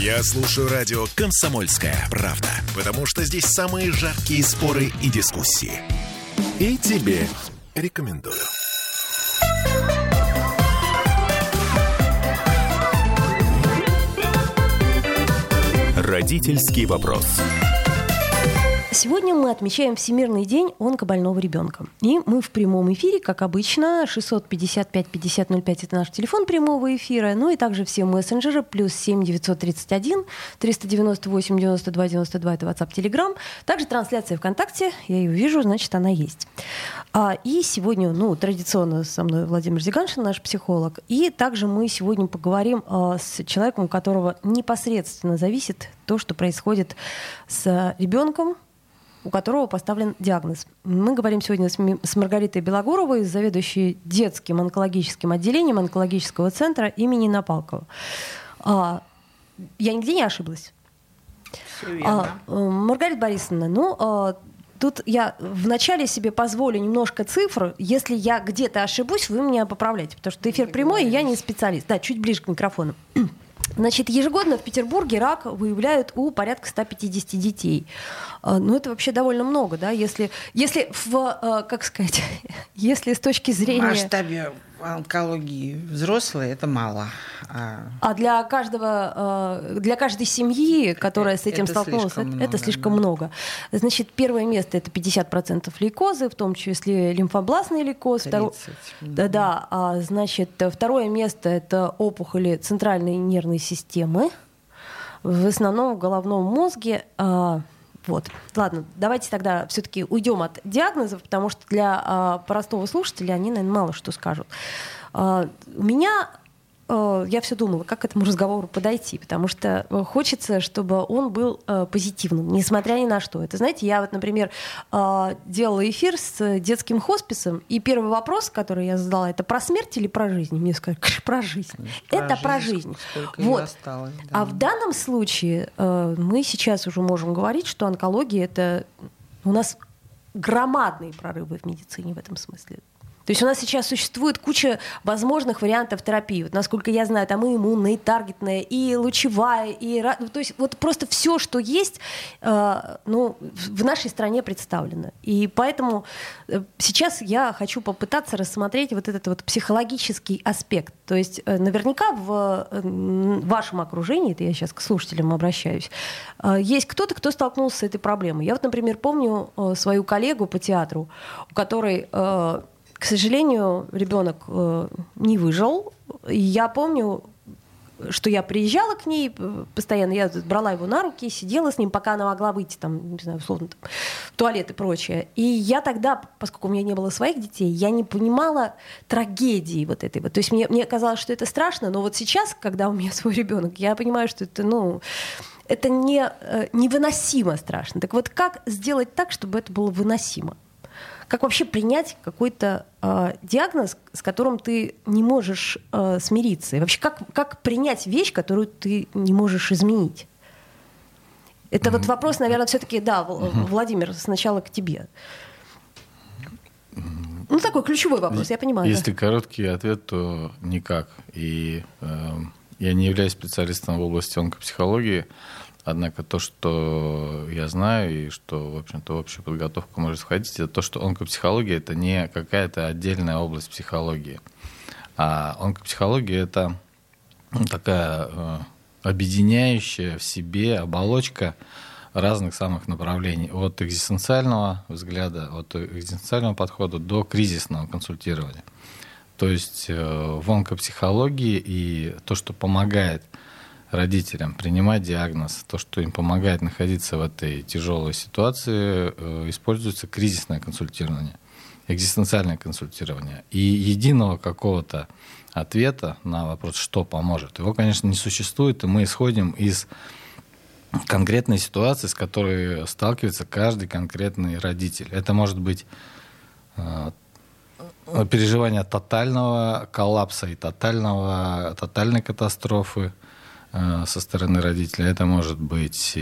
Я слушаю радио «Комсомольская правда», потому что здесь самые жаркие споры и дискуссии. И тебе рекомендую. Родительский вопрос. Сегодня мы отмечаем Всемирный день онкобольного ребенка. И мы в прямом эфире, как обычно, 655-5005 – это наш телефон прямого эфира, ну и также все мессенджеры, +7 931 398 92 92 – это WhatsApp, Telegram. Также трансляция ВКонтакте, я ее вижу, значит, она есть. И сегодня, традиционно со мной Владимир Зиганшин, наш психолог. И также мы сегодня поговорим с человеком, у которого непосредственно зависит то, что происходит с ребенком, у которого поставлен диагноз. Мы говорим сегодня с Маргаритой Белогоровой, заведующей детским онкологическим отделением онкологического центра имени Напалкова. Я нигде не ошиблась? Все верно. Маргарита Борисовна, тут я вначале себе позволю немножко цифр. Если я где-то ошибусь, вы меня поправляете, потому что эфир прямой, и я не специалист. Да, чуть ближе к микрофону. Значит, ежегодно в Петербурге рак выявляют у порядка 150 детей. Это вообще довольно много, да? Если если с точки зрения... В масштабе онкологии взрослые это мало. А для каждой семьи, которая с этим столкнулась, это слишком много. Значит, первое место — это 50% лейкозы, в том числе лимфобластный лейкоз. 30. Значит, второе место — это опухоли центральной нервной системы, в основном в головном мозге. Ладно, давайте тогда все-таки уйдем от диагнозов, потому что для простого слушателя они, наверное, мало что скажут. Я все думала, как к этому разговору подойти, потому что хочется, чтобы он был позитивным, несмотря ни на что. Это, знаете, я например, делала эфир с детским хосписом, и первый вопрос, который я задала, это про смерть или про жизнь? Мне сказали, про жизнь. Это про жизнь. Осталось, да. А в данном случае мы сейчас уже можем говорить, что онкология — это у нас громадные прорывы в медицине в этом смысле. То есть у нас сейчас существует куча возможных вариантов терапии. Насколько я знаю, там и иммунная, и таргетная, и лучевая, то есть просто все, что есть, в нашей стране представлено. И поэтому сейчас я хочу попытаться рассмотреть вот этот вот психологический аспект. То есть наверняка в вашем окружении, это я сейчас к слушателям обращаюсь, есть кто-то, кто столкнулся с этой проблемой. Я например, помню свою коллегу по театру, у которой... К сожалению, ребенок не выжил. И я помню, что я приезжала к ней постоянно, я брала его на руки, сидела с ним, пока она могла выйти, условно, в туалет и прочее. И я тогда, поскольку у меня не было своих детей, я не понимала трагедии вот этой. То есть мне казалось, что это страшно, но вот сейчас, когда у меня свой ребенок, я понимаю, что это, это невыносимо страшно. Так вот, как сделать так, чтобы это было выносимо? Как вообще принять какой-то диагноз, с которым ты не можешь смириться? И вообще, как принять вещь, которую ты не можешь изменить? Это вот вопрос, наверное, все-таки, да, Владимир, сначала к тебе. Такой ключевой вопрос, я понимаю. Если короткий ответ, то никак. И я не являюсь специалистом в области онкопсихологии. Однако то, что я знаю и что, в общем-то, в общую подготовку может входить, это то, что онкопсихология — это не какая-то отдельная область психологии. А онкопсихология — это такая объединяющая в себе оболочка разных самых направлений. От экзистенциального взгляда, от экзистенциального подхода до кризисного консультирования. То есть в онкопсихологии и то, что помогает родителям принимать диагноз, то, что им помогает находиться в этой тяжелой ситуации, используется кризисное консультирование, экзистенциальное консультирование. И единого какого-то ответа на вопрос, что поможет, его, конечно, не существует, и мы исходим из конкретной ситуации, с которой сталкивается каждый конкретный родитель. Это может быть переживание тотального коллапса и тотальной катастрофы со стороны родителя. Это может быть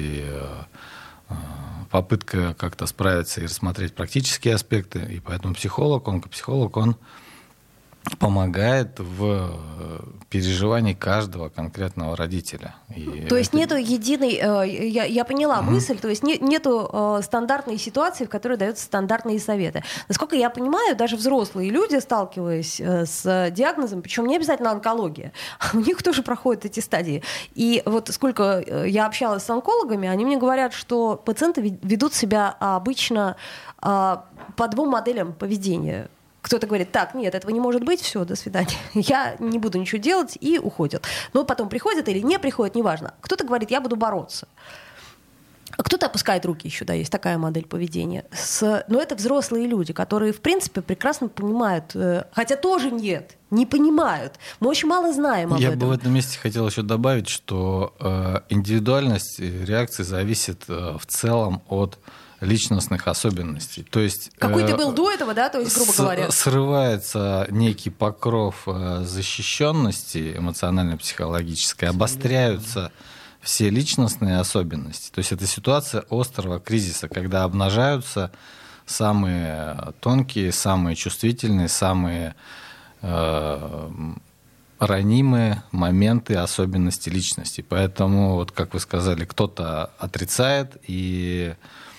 попытка как-то справиться и рассмотреть практические аспекты. И поэтому онкопсихолог, он помогает в переживании каждого конкретного родителя. То есть нету единой, я поняла мысль, то есть нету стандартной ситуации, в которой даются стандартные советы. Насколько я понимаю, даже взрослые люди, сталкиваясь с диагнозом, причем не обязательно онкология, у них тоже проходят эти стадии. И вот сколько я общалась с онкологами, они мне говорят, что пациенты ведут себя обычно по двум моделям поведения. Кто-то говорит, так, нет, этого не может быть, все, до свидания, я не буду ничего делать, и уходят. Но потом приходят или не приходят, неважно. Кто-то говорит, я буду бороться. А кто-то опускает руки еще, да, есть такая модель поведения. Но это взрослые люди, которые, в принципе, прекрасно понимают, хотя тоже не понимают. Мы очень мало знаем об этом. Я бы в этом месте хотел еще добавить, что индивидуальность реакции зависит в целом от личностных особенностей. То есть, какой ты был до этого, да, то есть, грубо говоря. Срывается некий покров защищенности эмоционально-психологической, обостряются все личностные особенности. То есть это ситуация острого кризиса, когда обнажаются самые тонкие, самые чувствительные, самые ранимые моменты, особенности личности. Поэтому, вот как вы сказали, кто-то отрицает и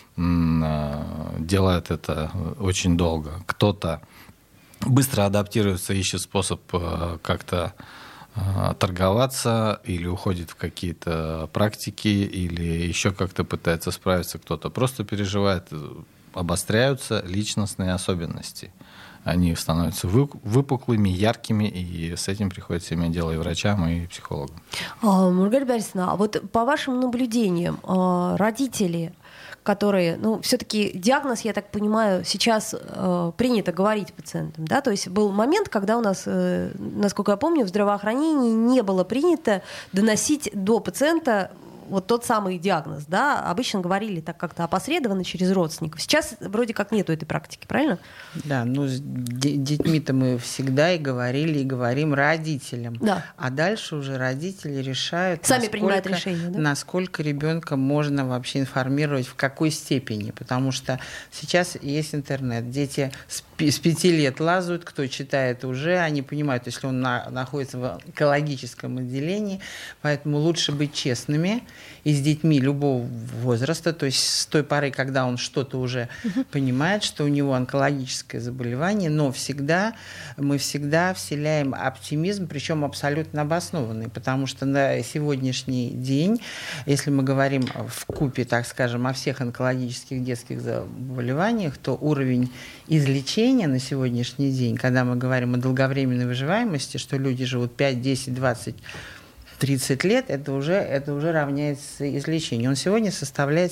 делает это очень долго. Кто-то быстро адаптируется, ищет способ как-то торговаться или уходит в какие-то практики, или еще как-то пытается справиться. Кто-то просто переживает, обостряются личностные особенности. Они становятся выпуклыми, яркими, и с этим приходится иметь дело и врачам, и психологам. Маргарита Борисовна, а вот по вашим наблюдениям, родители, которые, все-таки диагноз, я так понимаю, сейчас принято говорить пациентам, да, то есть был момент, когда у нас, насколько я помню, в здравоохранении не было принято доносить до пациента вот тот самый диагноз, да, обычно говорили так как-то опосредованно через родственников. Сейчас вроде как нету этой практики, правильно? Да, с детьми-то мы всегда и говорили, и говорим родителям. Да. А дальше уже родители решают, сами принимают решение, да? Насколько ребенка можно вообще информировать, в какой степени. Потому что сейчас есть интернет. Дети с 5 лет лазают, кто читает уже, они понимают, если он находится в онкологическом отделении, поэтому лучше быть честными и с детьми любого возраста, то есть с той поры, когда он что-то уже понимает, что у него онкологическое заболевание, но мы всегда вселяем оптимизм, причем абсолютно обоснованный, потому что на сегодняшний день, если мы говорим вкупе, так скажем, о всех онкологических детских заболеваниях, то уровень излечения на сегодняшний день, когда мы говорим о долговременной выживаемости, что люди живут 5, 10, 20, 30 лет, это уже равняется излечению. Он сегодня составляет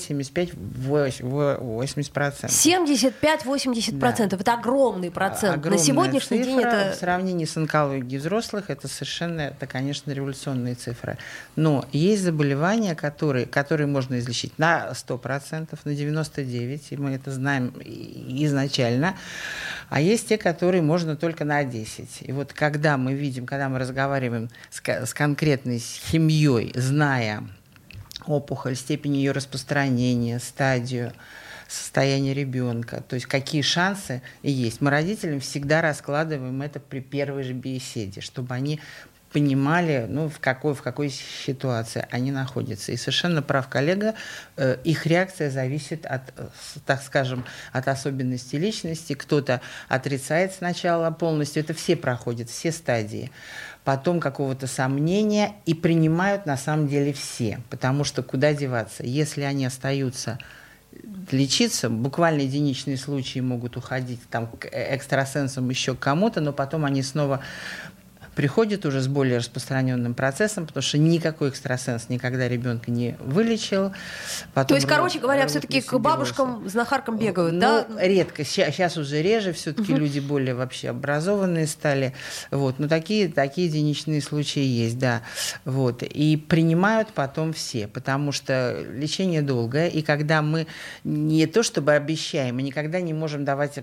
75-80%. 75-80%. Да. Это огромный процент. Огромная на сегодняшний цифра. день это... В сравнении с онкологией взрослых это конечно, революционные цифры. Но есть заболевания, которые можно излечить на 100%, на 99%, и мы это знаем изначально. А есть те, которые можно только на 10%. И вот когда мы разговариваем с конкретной семьей, зная опухоль, степень ее распространения, стадию, состояние ребенка, то есть какие шансы есть. Мы родителям всегда раскладываем это при первой же беседе, чтобы они понимали, в какой ситуации они находятся. И совершенно прав коллега, их реакция зависит от, так скажем, от особенностей личности. Кто-то отрицает сначала полностью, это все проходят, все стадии. Потом какого-то сомнения, и принимают на самом деле все. Потому что куда деваться? Если они остаются лечиться, буквально единичные случаи могут уходить к экстрасенсам, еще к кому-то, но потом они снова приходит уже с более распространенным процессом, потому что никакой экстрасенс никогда ребенка не вылечил. Потом то есть, короче говоря, все-таки к бабушкам, знахаркам бегают, да? Редко. Сейчас уже реже, все-таки люди более вообще образованные стали. Но такие единичные случаи есть, да. И принимают потом все, потому что лечение долгое, и когда мы не то чтобы обещаем, мы никогда не можем давать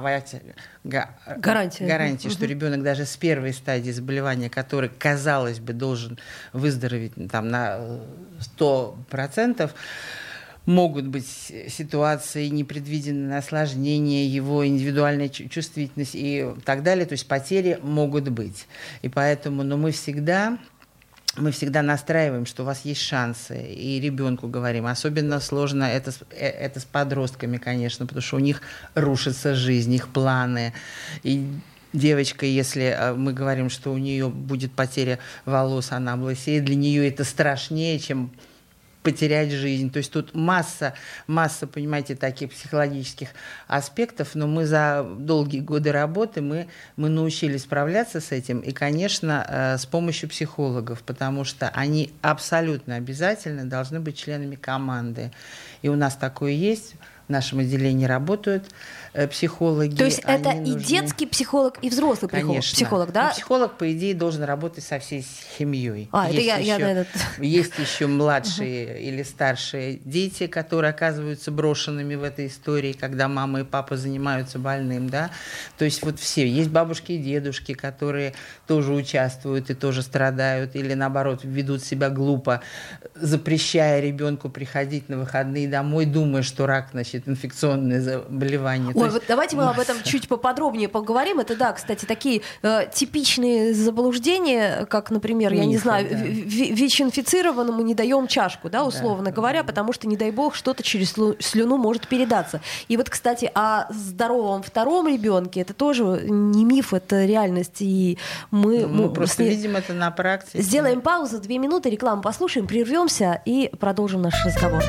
гарантии, что ребенок даже с первой стадии заболевания, который, казалось бы, должен выздороветь на 100%, могут быть ситуации, непредвиденные осложнения, его индивидуальная чувствительность и так далее. То есть потери могут быть. И поэтому мы всегда настраиваем, что у вас есть шансы, и ребенку говорим. Особенно сложно это с подростками, конечно, потому что у них рушится жизнь, их планы. И девочка, если мы говорим, что у нее будет потеря волос, она облысеет, для нее это страшнее, чем потерять жизнь. То есть тут масса, понимаете, таких психологических аспектов, но мы за долгие годы работы мы научились справляться с этим, и, конечно, с помощью психологов, потому что они абсолютно обязательно должны быть членами команды. И у нас такое есть. В нашем отделении работают психологи. То есть это и детский психолог, и взрослый психолог, да? Но психолог, по идее, должен работать со всей семьей. Есть еще младшие или старшие дети, которые оказываются брошенными в этой истории, когда мама и папа занимаются больным, да. То есть вот все. Есть бабушки и дедушки, которые тоже участвуют и тоже страдают, или наоборот ведут себя глупо, запрещая ребенку приходить на выходные домой, думая, что рак, значит, инфекционное заболевание. Ой, вот давайте мы об этом чуть поподробнее поговорим. Это, да, кстати, такие типичные заблуждения, как, например, я не знаю, да. ВИЧ-инфицированному не даем чашку, да, условно говоря, потому что, не дай бог, что-то через слюну может передаться. И вот, кстати, о здоровом втором ребенке это тоже не миф, это реальность. И мы просто видим это на практике. Сделаем паузу, 2 минуты, рекламу послушаем, прервемся и продолжим наш разговор.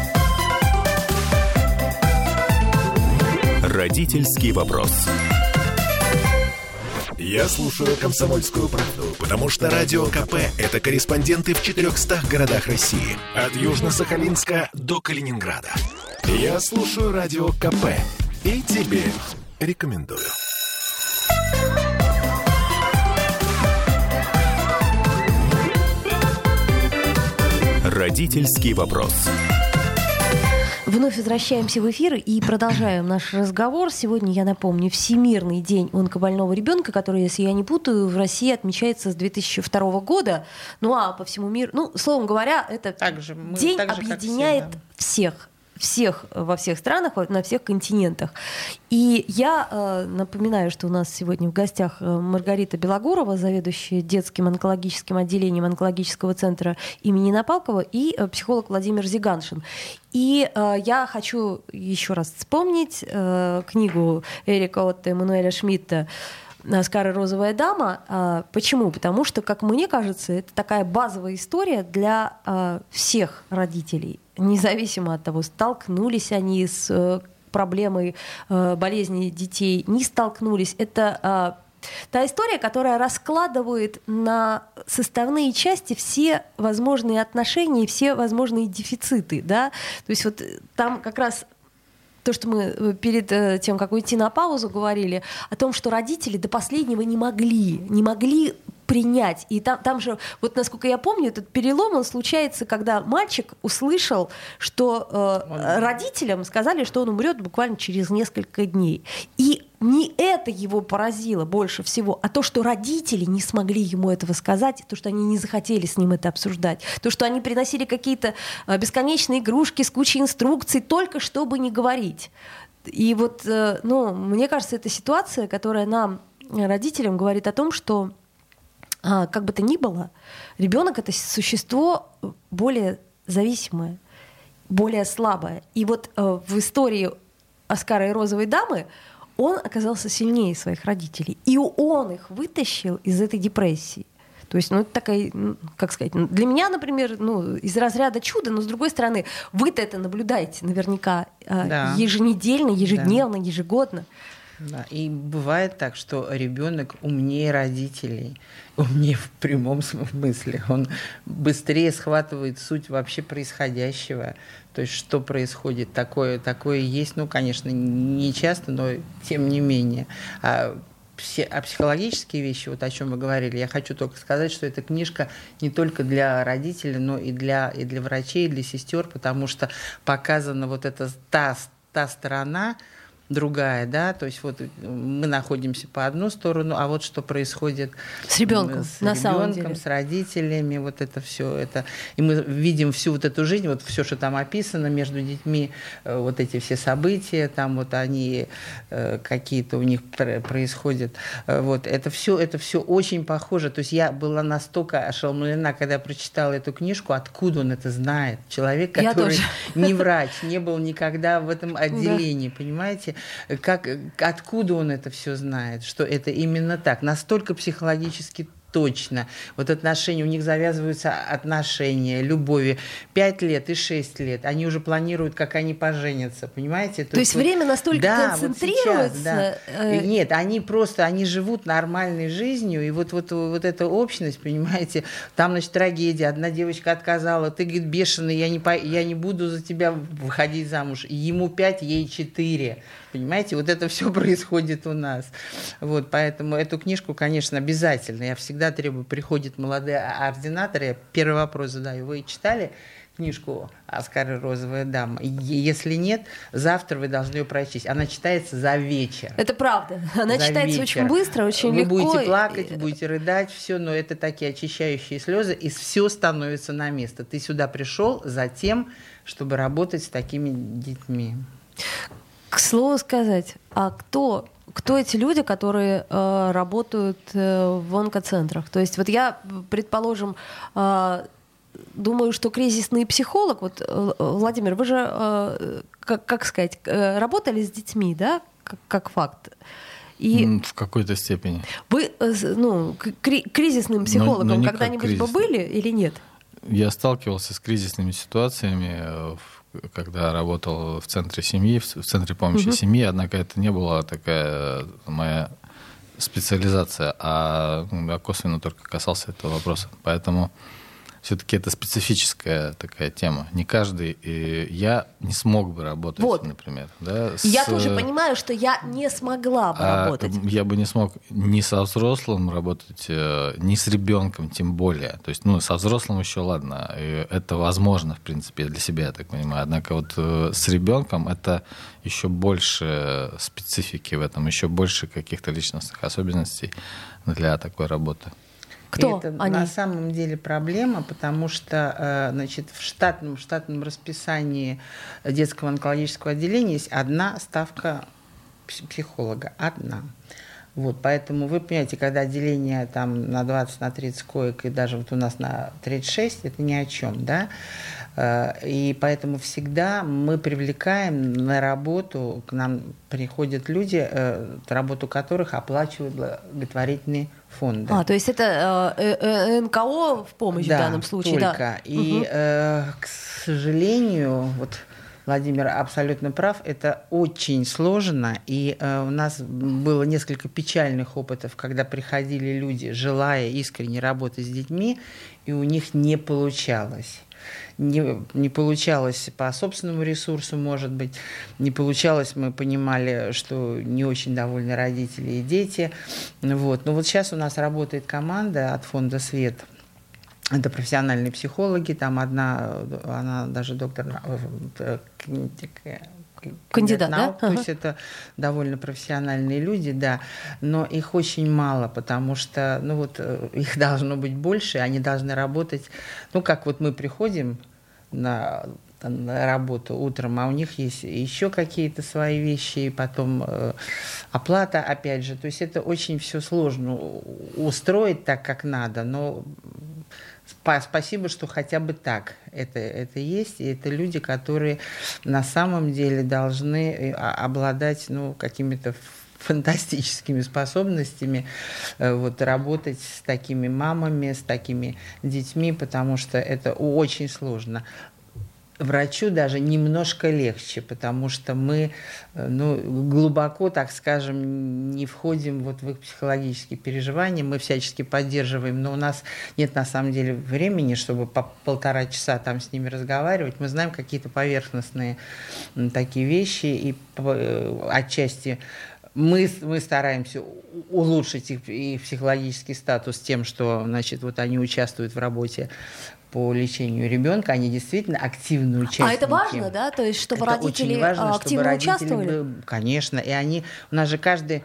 Родительский вопрос. Я слушаю «Комсомольскую правду», потому что Радио КП – это корреспонденты в 400 городах России. От Южно-Сахалинска до Калининграда. Я слушаю Радио КП и тебе рекомендую. Родительский вопрос. Вновь возвращаемся в эфир и продолжаем наш разговор. Сегодня, я напомню, Всемирный день онкобольного ребенка, который, если я не путаю, в России отмечается с 2002 года. Ну а по всему миру, словом говоря, это день объединяет всех во всех странах, на всех континентах. И я напоминаю, что у нас сегодня в гостях Маргарита Белогорова, заведующая детским онкологическим отделением онкологического центра имени Напалкова, и психолог Владимир Зиганшин. И я хочу еще раз вспомнить книгу Эрика Отто и Эммануэля Шмидта «Оскар и розовая дама». Почему? Потому что, как мне кажется, это такая базовая история для всех родителей, независимо от того, столкнулись они с проблемой болезни детей, не столкнулись. Это та история, которая раскладывает на составные части все возможные отношения, все возможные дефициты. Да? То есть вот там как раз то, что мы перед тем, как уйти на паузу, говорили, о том, что родители до последнего не могли принять. И там же, вот насколько я помню, этот перелом, он случается, когда мальчик услышал, что родителям сказали, что он умрет буквально через несколько дней. И не это его поразило больше всего, а то, что родители не смогли ему этого сказать, то, что они не захотели с ним это обсуждать, то, что они приносили какие-то бесконечные игрушки с кучей инструкций, только чтобы не говорить. И вот, мне кажется, это ситуация, которая нам, родителям, говорит о том, что как бы то ни было, ребенок — это существо более зависимое, более слабое. И вот в истории «Оскара и розовой дамы» он оказался сильнее своих родителей. И он их вытащил из этой депрессии. То есть, это такая, как сказать, для меня, например, из разряда чуда, но с другой стороны, вы-то это наблюдаете наверняка еженедельно, ежедневно, ежегодно. Да, и бывает так, что ребенок умнее родителей, умнее в прямом смысле. Он быстрее схватывает суть вообще происходящего. То есть, что происходит, такое есть, конечно, не часто, но тем не менее. А психологические вещи, вот о чем вы говорили, я хочу только сказать, что эта книжка не только для родителей, но и для врачей, и для сестер, потому что показана вот эта та сторона другая, да, то есть вот мы находимся по одну сторону, а вот что происходит с ребенком, самом деле. С родителями, вот это все это, и мы видим всю вот эту жизнь, вот все, что там описано между детьми, вот эти все события, там вот они какие-то у них происходят, вот это все очень похоже, то есть я была настолько ошеломлена, когда я прочитала эту книжку, откуда он это знает, человек, который не врач, не был никогда в этом отделении, понимаете? Откуда он это все знает, что это именно так, настолько психологически точно. Вот отношения, у них завязываются отношения, любови. 5 лет и 6 лет. Они уже планируют, как они поженятся, понимаете? То есть время настолько концентрируется? Вот сейчас, Нет, они живут нормальной жизнью, и вот эта общность, понимаете, там, значит, трагедия. Одна девочка отказала, ты, говорит, бешеный, я не буду за тебя выходить замуж. Ему 5, ей 4. Понимаете, вот это все происходит у нас. Вот, поэтому эту книжку, конечно, обязательно. Я всегда требую, приходят молодые ординаторы, я первый вопрос задаю. Вы читали книжку Оскара «Розовая дама»? Если нет, завтра вы должны ее прочесть. Она читается за вечер. Это правда. Она читается очень быстро, очень легко. Вы будете плакать, будете рыдать, все, но это такие очищающие слезы, и все становится на место. Ты сюда пришел за тем, чтобы работать с такими детьми. К слову сказать, а кто эти люди, которые работают в онкоцентрах? То есть вот я, предположим, думаю, что кризисный психолог, вот, Владимир, вы же, как сказать, работали с детьми, да, как факт? И в какой-то степени. Вы кризисным психологом когда-нибудь были или нет? Я сталкивался с кризисными ситуациями, когда работал в центре семьи, в центре помощи семьи, однако это не была такая моя специализация, а я косвенно только касался этого вопроса. Поэтому все-таки это специфическая такая тема. Не каждый, и я не смог бы работать, например. Да, я тоже понимаю, что я не смогла бы работать. Я бы не смог ни со взрослым работать, ни с ребенком, тем более. То есть, со взрослым еще ладно, и это возможно, в принципе, для себя, я так понимаю. Однако вот с ребенком это еще больше специфики в этом, еще больше каких-то личностных особенностей для такой работы. Кто это они? На самом деле проблема, потому что, значит, в штатном расписании детского онкологического отделения есть одна ставка психолога, одна. Вот, поэтому вы понимаете, когда отделение там на 20, на 30 коек, и даже вот у нас на 36, это ни о чем, да? И поэтому всегда мы привлекаем на работу, к нам приходят люди, работу которых оплачивают благотворительные фонды. То есть это НКО в помощь в данном случае? Только. Да. И, к сожалению, вот Владимир абсолютно прав, это очень сложно, и у нас было несколько печальных опытов, когда приходили люди, желая искренне работать с детьми, и у них не получалось. Не получалось по собственному ресурсу, может быть, не получалось, мы понимали, что не очень довольны родители и дети. Вот. Но вот сейчас у нас работает команда от фонда «Свет». Это профессиональные психологи, там она даже доктор, кандидат наук, да? То есть это довольно профессиональные люди, да, но их очень мало, потому что, их должно быть больше, они должны работать, как вот мы приходим на работу утром, а у них есть еще какие-то свои вещи, и потом оплата, опять же, то есть это очень все сложно устроить так, как надо, но спасибо, что хотя бы так это есть, и это люди, которые на самом деле должны обладать какими-то фантастическими способностями работать с такими мамами, с такими детьми, потому что это очень сложно. Врачу даже немножко легче, потому что мы глубоко, так скажем, не входим в их психологические переживания, мы всячески поддерживаем, но у нас нет на самом деле времени, чтобы по 1,5 часа там с ними разговаривать. Мы знаем какие-то поверхностные такие вещи, и отчасти мы стараемся улучшить их психологический статус тем, что, значит, они участвуют в работе по лечению ребенка, они действительно активные участники. А это важно, да? То есть, чтобы это родители очень важно, активно чтобы родители участвовали? Конечно. И они... У нас же каждый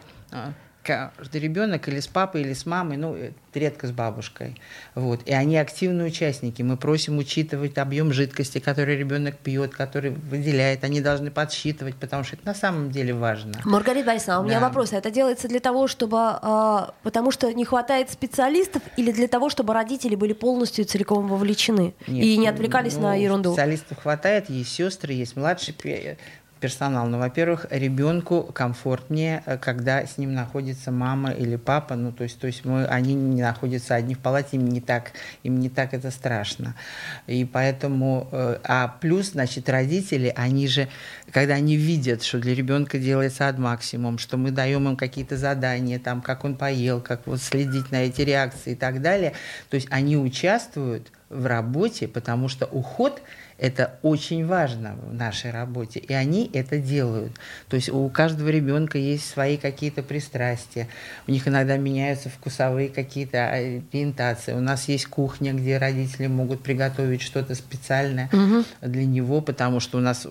ребенок или с папой, или с мамой, редко с бабушкой. Вот. И они активные участники. Мы просим учитывать объем жидкости, который ребенок пьет, который выделяет. Они должны подсчитывать, потому что это на самом деле важно. Маргарита Борисовна, у меня вопрос. Это делается для того, чтобы... потому что не хватает специалистов, или для того, чтобы родители были полностью целиком вовлечены? Нет, и не отвлекались на ерунду? Специалистов хватает, есть сестры, есть младший персонал. Но, во-первых, ребенку комфортнее, когда с ним находится мама или папа, то есть они не находятся одни в палате, им не так это страшно. И поэтому, плюс, родители, они же, когда они видят, что для ребенка делается максимум, что мы даем им какие-то задания, там, как он поел, как следить на эти реакции и так далее, то есть они участвуют в работе, потому что уход – это очень важно в нашей работе, и они это делают. То есть у каждого ребенка есть свои какие-то пристрастия, у них иногда меняются вкусовые какие-то ориентации. У нас есть кухня, где родители могут приготовить что-то специальное для него, потому что у нас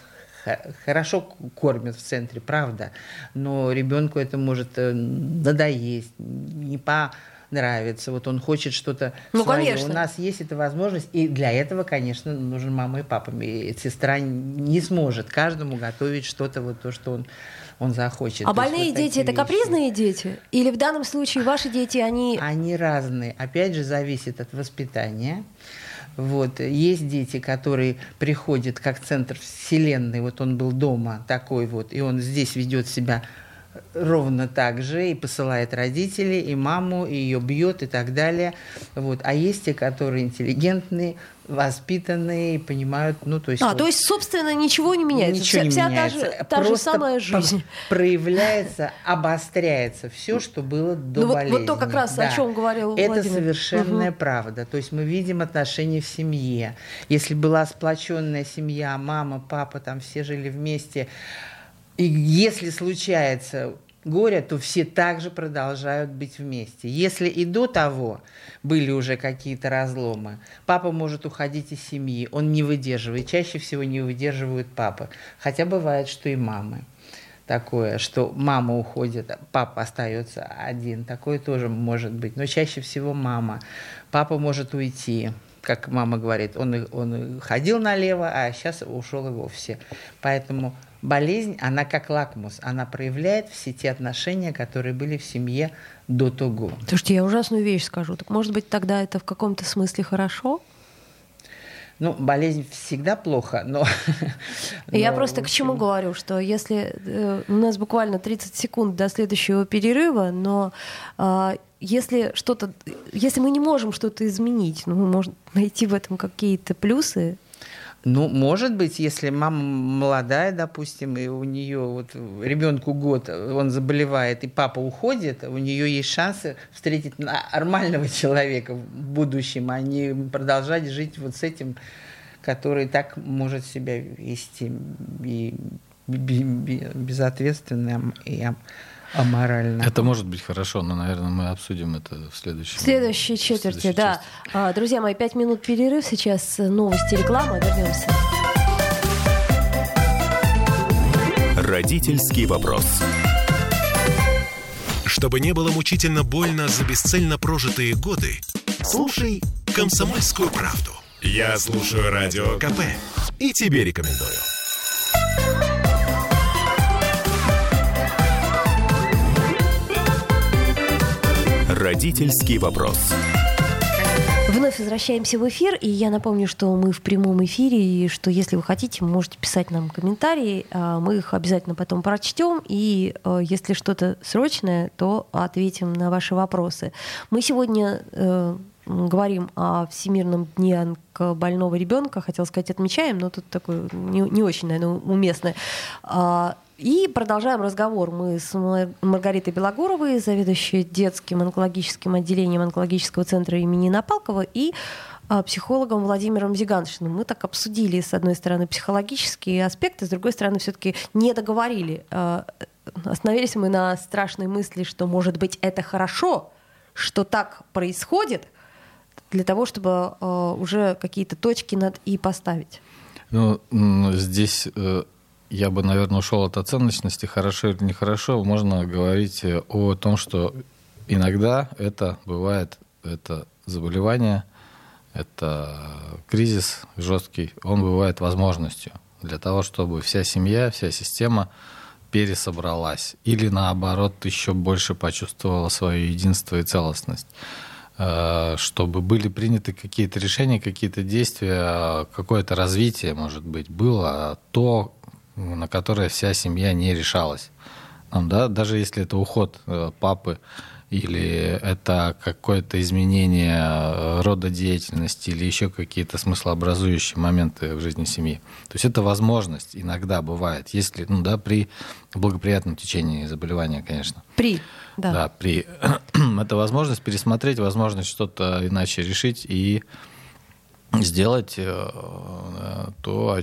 хорошо кормят в центре, правда, но ребенку это может надоесть, не нравится, он хочет что-то свое. Конечно. У нас есть эта возможность, и для этого, конечно, нужен мама и папа. И сестра не сможет каждому готовить что-то, то, что он захочет. А больные дети – это капризные дети? Или в данном случае ваши дети, они… Они разные. Опять же, зависит от воспитания. Есть дети, которые приходят как центр вселенной, он был дома такой и он здесь ведет себя ровно так же и посылает родителей, и маму, и ее бьет, и так далее. А есть те, которые интеллигентные, воспитанные, и понимают, то есть, собственно, ничего не меняется. Ничего не меняется. Та же самая жизнь. Проявляется, обостряется все, что было до болезни. То как раз о чем говорил Владимир. Это совершенная правда. То есть мы видим отношения в семье. Если была сплоченная семья, мама, папа, там все жили вместе, и если случается горе, то все также продолжают быть вместе. Если и до того были уже какие-то разломы, папа может уходить из семьи, он не выдерживает. Чаще всего не выдерживают папы. Хотя бывает, что и мамы. Такое, что мама уходит, папа остается один. Такое тоже может быть. Но чаще всего мама. Папа может уйти. Как мама говорит, он ходил налево, а сейчас ушел и вовсе. Поэтому болезнь, она как лакмус, она проявляет все те отношения, которые были в семье до того. Слушайте, я ужасную вещь скажу. Так может быть, тогда это в каком-то смысле хорошо? Болезнь всегда плохо, но... Я просто к чему говорю, что если у нас буквально 30 секунд до следующего перерыва, но если мы не можем что-то изменить, мы можем найти в этом какие-то плюсы. Может быть, если мама молодая, допустим, и у нее ребенку год, он заболевает, и папа уходит, у нее есть шансы встретить нормального человека в будущем, а не продолжать жить с этим, который так может себя вести и безответственно и аморально. Это может быть хорошо, но, наверное, мы обсудим это в следующей четверти. Да. Друзья мои, 5 минут перерыв. Сейчас новости, реклама. Вернемся. Родительский вопрос. Чтобы не было мучительно больно за бесцельно прожитые годы, слушай «Комсомольскую правду». Я слушаю Радио КП и тебе рекомендую. Родительский вопрос. Вновь возвращаемся в эфир, и я напомню, что мы в прямом эфире, и что если вы хотите, можете писать нам комментарии, мы их обязательно потом прочтем, и если что-то срочное, то ответим на ваши вопросы. Мы сегодня говорим о Всемирном дне онкобольного ребенка, хотела сказать, отмечаем, но тут такое не очень, наверное, уместное. И продолжаем разговор. Мы с Маргаритой Белогоровой, заведующей детским онкологическим отделением онкологического центра имени Напалкова, и психологом Владимиром Зиганшиным. Мы так обсудили, с одной стороны, психологические аспекты, с другой стороны, все-таки не договорили. Остановились мы на страшной мысли, что, может быть, это хорошо, что так происходит, для того, чтобы уже какие-то точки над «и» поставить? Ну, здесь я бы, наверное, ушел от оценочности, хорошо или нехорошо. Можно говорить о том, что иногда это бывает, это заболевание, это кризис жесткий, он бывает возможностью для того, чтобы вся семья, вся система пересобралась или, наоборот, еще больше почувствовала свое единство и целостность, чтобы были приняты какие-то решения, какие-то действия, какое-то развитие, может быть, было то, на которое вся семья не решалась. Да? Даже если это уход папы, или это какое-то изменение рода деятельности, или еще какие-то смыслообразующие моменты в жизни семьи. То есть это возможность иногда бывает, если, при благоприятном течении заболевания, конечно. Да, при. Это возможность пересмотреть, возможность что-то иначе решить и сделать то,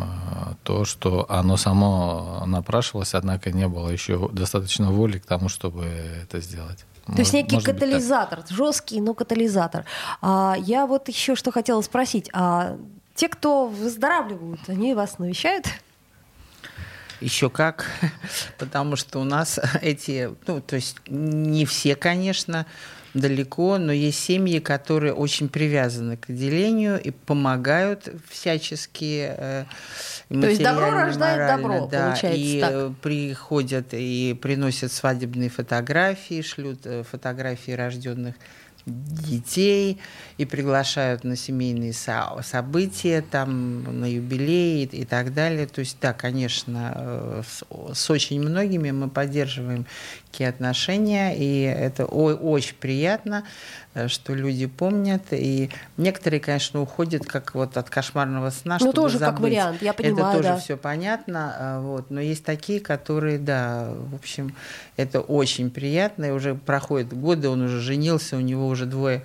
что оно само напрашивалось, однако не было еще достаточно воли к тому, чтобы это сделать. То есть некий катализатор, жесткий, но катализатор. Я вот еще что хотела спросить. Те, кто выздоравливают, они вас навещают? Еще как, потому что у нас то есть не все, конечно, далеко, но есть семьи, которые очень привязаны к отделению и помогают всячески материально, то есть добро рождает добро, да, получается и так. Приходят и приносят свадебные фотографии, шлют фотографии рожденных детей и приглашают на семейные события, там, на юбилеи и так далее. То есть, да, конечно, с очень многими мы поддерживаем такие отношения, и это очень приятно, что люди помнят. И некоторые, конечно, уходят как вот от кошмарного сна, чтобы тоже забыть. Как вариант, я понимаю, это тоже все понятно, но есть такие, которые, да, в общем, это очень приятно, и уже проходят годы, он уже женился, у него уже двое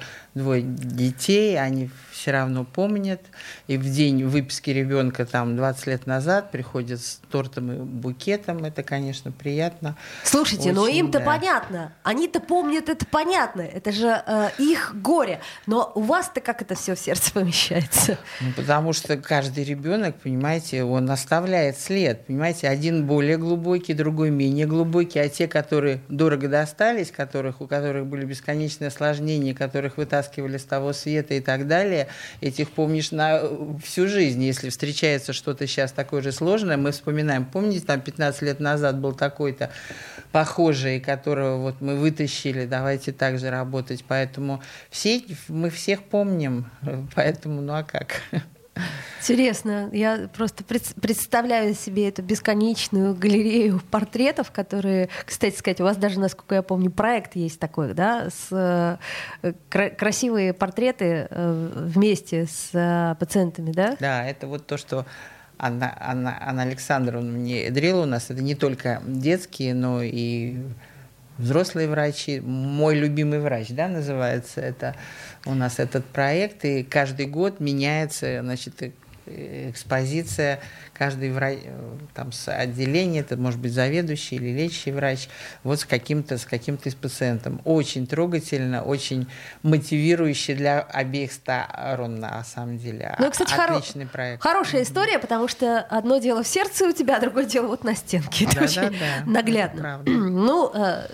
детей, они все равно помнят, и в день выписки ребенка там 20 лет назад приходят с тортом и букетом, это, конечно, приятно. Слушайте, но им-то понятно, они-то помнят, это понятно, это же их горе, но у вас-то как это все в сердце помещается? Потому что каждый ребенок, понимаете, он оставляет след, понимаете, один более глубокий, другой менее глубокий, а те, которые дорого достались, у которых были бесконечные осложнения, которых вытаскивали с того света и так далее, этих помнишь на всю жизнь. Если встречается что-то сейчас такое же сложное, мы вспоминаем, помните, там 15 лет назад был такой-то похожий, которого вот мы вытащили, давайте так же работать. Поэтому мы всех помним, поэтому ну а как? Интересно. Я просто представляю себе эту бесконечную галерею портретов, которые, кстати сказать, у вас даже, насколько я помню, проект есть такой, да, с красивые портреты вместе с пациентами, да? Да, это вот то, что Анна Александровна мне дарила у нас. Это не только детские, но и взрослые врачи. Мой любимый врач, да, называется это у нас этот проект. И каждый год меняется, значит, экспозиция. Каждый врач, там, с отделения, это может быть заведующий или лечащий врач, вот с каким-то из пациентом. Очень трогательно, очень мотивирующе для обеих сторон, на самом деле. Ну, кстати, отличный проект. Хорошая история, потому что одно дело в сердце у тебя, другое дело вот на стенке. Это очень наглядно. Ну,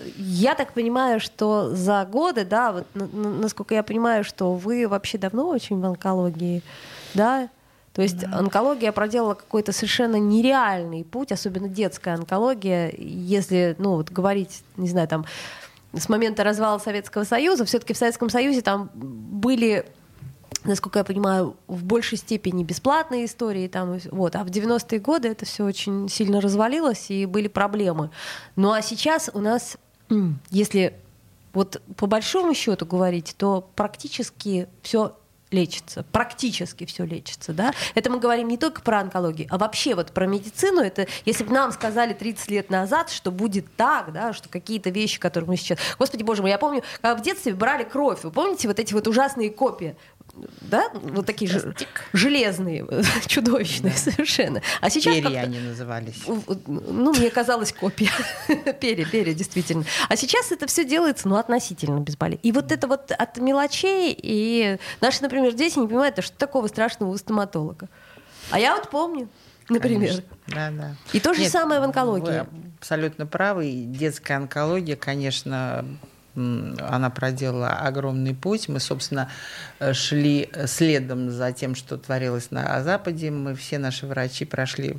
я так понимаю, что за годы, да, вот, насколько я понимаю, что вы вообще давно очень в онкологии, да? То есть онкология проделала какой-то совершенно нереальный путь, особенно детская онкология. Если, вот говорить, не знаю, там, с момента развала Советского Союза, все-таки в Советском Союзе там были, насколько я понимаю, в большей степени бесплатные истории. Там, вот. А в 90-е годы это все очень сильно развалилось, и были проблемы. Ну а сейчас у нас, если вот по большому счету говорить, то практически все лечится, практически все лечится, да. Это мы говорим не только про онкологию, а вообще вот про медицину. Это если бы нам сказали 30 лет назад, что будет так, да, что какие-то вещи, которые мы сейчас... Господи боже мой, я помню, как в детстве брали кровь. Вы помните вот эти вот ужасные копии? да, вот такие же железные, чудовищные совершенно. А сейчас перья они назывались. Ну, мне казалось, копия. перья, действительно. А сейчас это все делается, ну, относительно безболезненно. И вот это вот от мелочей, и наши, например, дети не понимают, а что такого страшного у стоматолога. А я вот помню, например. Да. И то же самое в онкологии. Вы абсолютно правы. И детская онкология, конечно, она проделала огромный путь. Мы, собственно, шли следом за тем, что творилось на Западе. Мы, все наши врачи прошли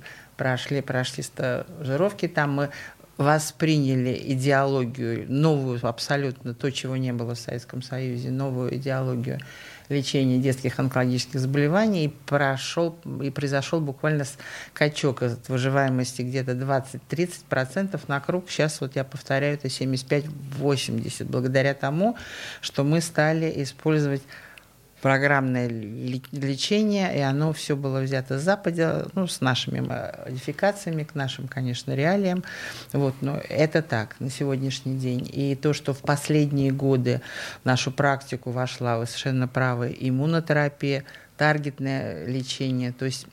стажировки там. Мы восприняли идеологию, новую абсолютно, то, чего не было в Советском Союзе, новую идеологию лечения детских онкологических заболеваний, и произошел буквально скачок от выживаемости где-то 20-30% на круг. Сейчас, вот я повторяю, это 75-80%, благодаря тому, что мы стали использовать программное лечение, и оно все было взято с Запада, ну, с нашими модификациями, к нашим, конечно, реалиям. Вот, но это так на сегодняшний день. И то, что в последние годы в нашу практику вошла, вы совершенно правы, иммунотерапия, таргетное лечение, то есть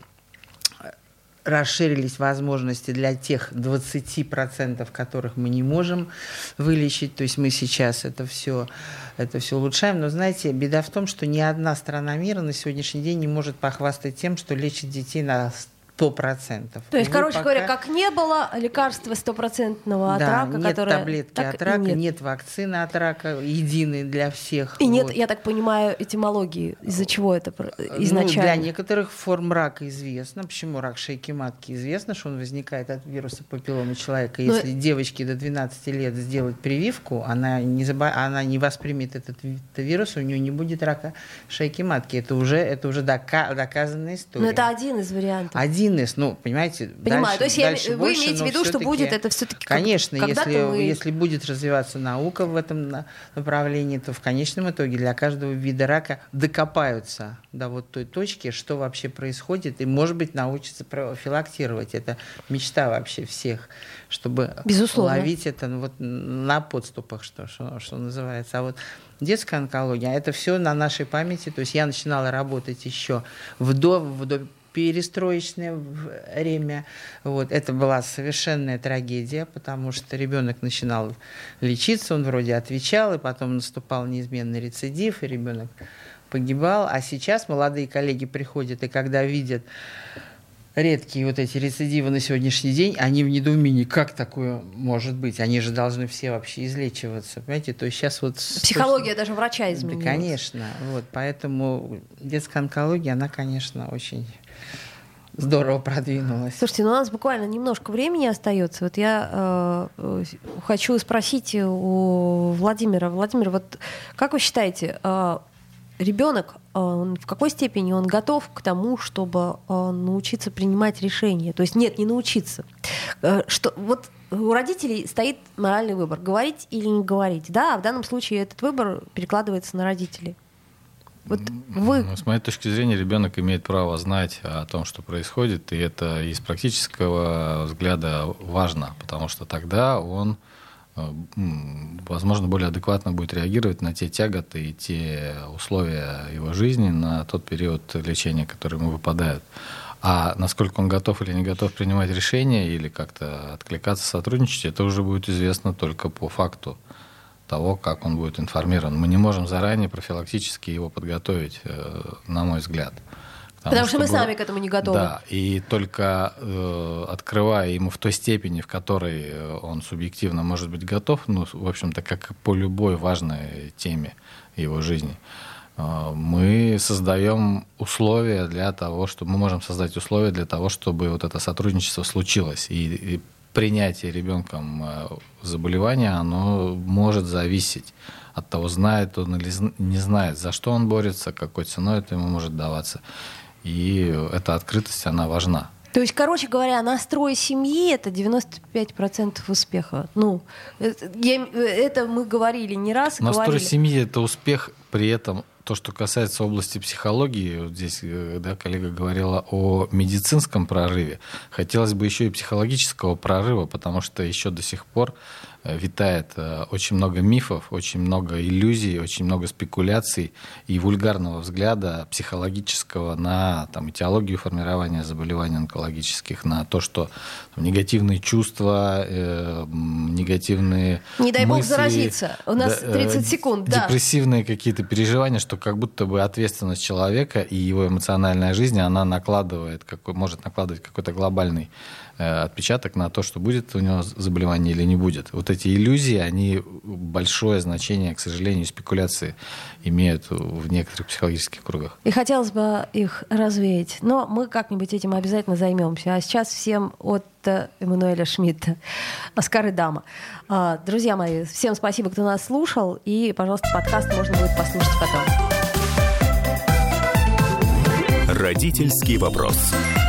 расширились возможности для тех 20%, которых мы не можем вылечить. То есть мы сейчас это все улучшаем. Но, знаете, беда в том, что ни одна страна мира на сегодняшний день не может похвастать тем, что лечит детей на 100%. То есть, короче говоря, как не было лекарства стопроцентного от рака, нет которое... таблетки от рака, нет вакцины от рака, единой для всех. И нет, я так понимаю, этимологии, из-за чего это изначально? Для некоторых форм рака известно. Почему рак шейки матки известно, что он возникает от вируса папилломы человека. Если девочке до 12 лет сделать прививку, она не воспримет этот вирус, у нее не будет рака шейки матки. Это уже доказанная история. Но это один из вариантов. Ну, понимаете, понимаю. дальше, То есть дальше вы имеете в виду, что будет это все-таки... Конечно, если будет развиваться наука в этом направлении, то в конечном итоге для каждого вида рака докопаются до вот той точки, что вообще происходит, и, может быть, научатся профилактировать. Это мечта вообще всех, чтобы ловить это вот на подступах, что называется. А вот детская онкология, это все на нашей памяти. То есть я начинала работать еще в перестроечное время. Вот. Это была совершенная трагедия, потому что ребенок начинал лечиться, он вроде отвечал, и потом наступал неизменный рецидив, и ребенок погибал. А сейчас молодые коллеги приходят, и когда видят редкие вот эти рецидивы на сегодняшний день, они в недоумении, как такое может быть? Они же должны все вообще излечиваться, понимаете? То есть сейчас вот... Психология даже врача изменилась. Да, конечно. Вот, поэтому детская онкология, она, конечно, очень здорово продвинулась. Слушайте, у нас буквально немножко времени остается. Вот я хочу спросить у Владимира. Владимир, вот как вы считаете, ребенок, в какой степени он готов к тому, чтобы научиться принимать решения? То есть нет, не научиться. Вот у родителей стоит моральный выбор, говорить или не говорить. Да, в данном случае этот выбор перекладывается на родителей. Вот вы... С моей точки зрения, ребенок имеет право знать о том, что происходит, и это из практического взгляда важно, потому что тогда он, возможно, более адекватно будет реагировать на те тяготы и те условия его жизни на тот период лечения, который ему выпадают. А насколько он готов или не готов принимать решения или как-то откликаться, сотрудничать, это уже будет известно только по факту того, как он будет информирован. Мы не можем заранее профилактически его подготовить, на мой взгляд. Потому что мы сами к этому не готовы. Да, и только открывая ему в той степени, в которой он субъективно может быть готов, ну, в общем-то, как и по любой важной теме его жизни, мы создаем условия для того, чтобы мы можем создать условия для того, чтобы вот это сотрудничество случилось. И принятие ребенком заболевания, оно может зависеть от того, знает он или не знает, за что он борется, какой ценой это ему может даваться. И эта открытость, она важна. То есть, короче говоря, настрой семьи — это 95% успеха. Ну, это мы говорили не раз. Настрой семьи — это успех, при этом то, что касается области психологии, вот здесь, да, коллега говорила о медицинском прорыве, хотелось бы еще и психологического прорыва, потому что еще до сих пор витает очень много мифов, очень много иллюзий, очень много спекуляций и вульгарного взгляда психологического на этиологию формирования заболеваний онкологических, на то, что негативные чувства, негативные не дай бог мысли, заразиться. У нас 30 секунд, да. Депрессивные какие-то переживания, что как будто бы ответственность человека и его эмоциональная жизнь, она может накладывать какой-то глобальный отпечаток на то, что будет у него заболевание или не будет. Вот эти иллюзии, они большое значение, к сожалению, спекуляции имеют в некоторых психологических кругах. И хотелось бы их развеять. Но мы как-нибудь этим обязательно займемся. А сейчас всем от Эммануэля Шмидта. Оскар и дама. Друзья мои, всем спасибо, кто нас слушал. И, пожалуйста, подкаст можно будет послушать потом. Родительский вопрос.